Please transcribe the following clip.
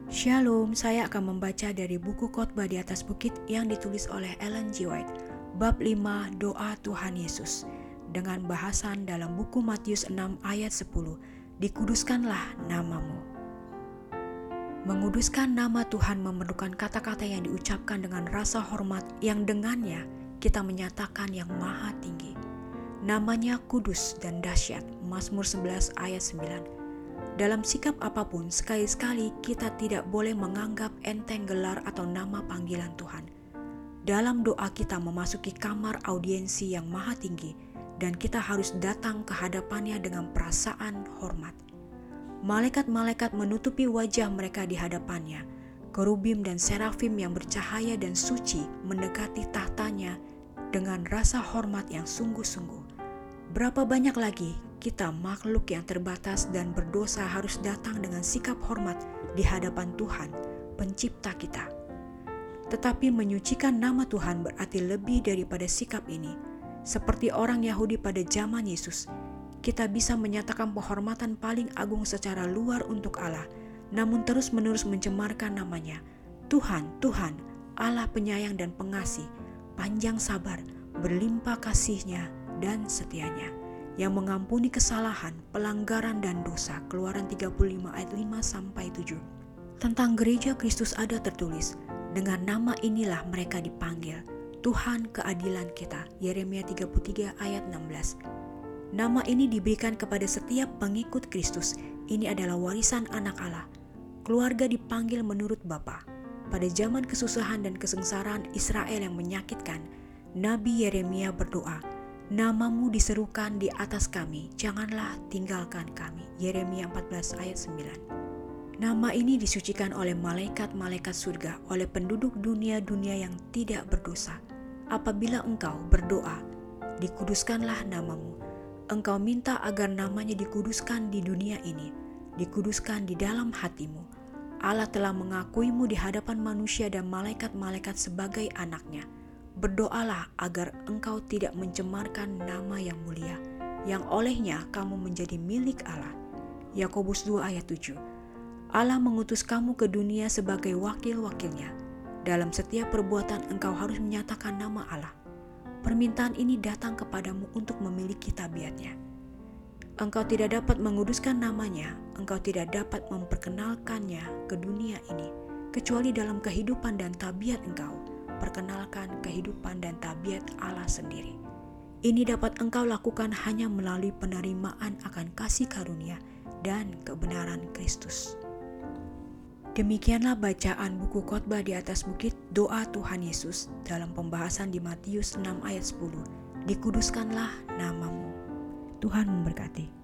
Shalom, saya akan membaca dari buku Khotbah di atas Bukit yang ditulis oleh Ellen G. White, bab 5 Doa Tuhan Yesus, dengan bahasan dalam buku Matius 6 ayat 10, Dikuduskanlah namamu. Menguduskan nama Tuhan memerlukan kata-kata yang diucapkan dengan rasa hormat yang dengannya kita menyatakan yang maha tinggi. Namanya kudus dan dahsyat, Mazmur 11 ayat 9. Dalam sikap apapun, sekali-sekali kita tidak boleh menganggap enteng gelar atau nama panggilan Tuhan. Dalam doa kita memasuki kamar audiensi yang maha tinggi, dan kita harus datang ke hadapannya dengan perasaan hormat. Malaikat-malaikat menutupi wajah mereka di hadapannya. Kerubim dan serafim yang bercahaya dan suci mendekati tahtanya dengan rasa hormat yang sungguh-sungguh. Berapa banyak lagi kita makhluk yang terbatas dan berdosa harus datang dengan sikap hormat di hadapan Tuhan, pencipta kita. Tetapi menyucikan nama Tuhan berarti lebih daripada sikap ini. Seperti orang Yahudi pada zaman Yesus, kita bisa menyatakan penghormatan paling agung secara luar untuk Allah, namun terus-menerus mencemarkan namanya. Tuhan, Tuhan, Allah penyayang dan pengasih, panjang sabar, berlimpah kasih-Nya dan setianya, yang mengampuni kesalahan, pelanggaran dan dosa. Keluaran 35 ayat 5-7. Tentang gereja Kristus ada tertulis, dengan nama inilah mereka dipanggil, Tuhan keadilan kita. Yeremia 33 ayat 16. Nama ini diberikan kepada setiap pengikut Kristus. Ini adalah warisan anak Allah. Keluarga dipanggil menurut Bapa. Pada zaman kesusahan dan kesengsaraan Israel yang menyakitkan, Nabi Yeremia berdoa, Namamu diserukan di atas kami, janganlah tinggalkan kami. Yeremia 14 ayat 9. Nama ini disucikan oleh malaikat-malaikat surga, oleh penduduk dunia-dunia yang tidak berdosa. Apabila engkau berdoa, dikuduskanlah namamu, engkau minta agar namanya dikuduskan di dunia ini, dikuduskan di dalam hatimu. Allah telah mengakuimu di hadapan manusia dan malaikat-malaikat sebagai anaknya. Berdoalah agar engkau tidak mencemarkan nama yang mulia, yang olehnya kamu menjadi milik Allah. Yakobus 2 ayat 7. Allah mengutus kamu ke dunia sebagai wakil-wakilnya. Dalam setiap perbuatan engkau harus menyatakan nama Allah. Permintaan ini datang kepadamu untuk memiliki tabiatnya. Engkau tidak dapat menguduskan namanya, engkau tidak dapat memperkenalkannya ke dunia ini, kecuali dalam kehidupan dan tabiat engkau. Perkenalkan kehidupan dan tabiat Allah sendiri. Ini dapat engkau lakukan hanya melalui penerimaan akan kasih karunia dan kebenaran Kristus. Demikianlah bacaan buku Khotbah di atas Bukit Doa Tuhan Yesus dalam pembahasan di Matius 6 ayat 10. Dikuduskanlah namamu. Tuhan memberkati.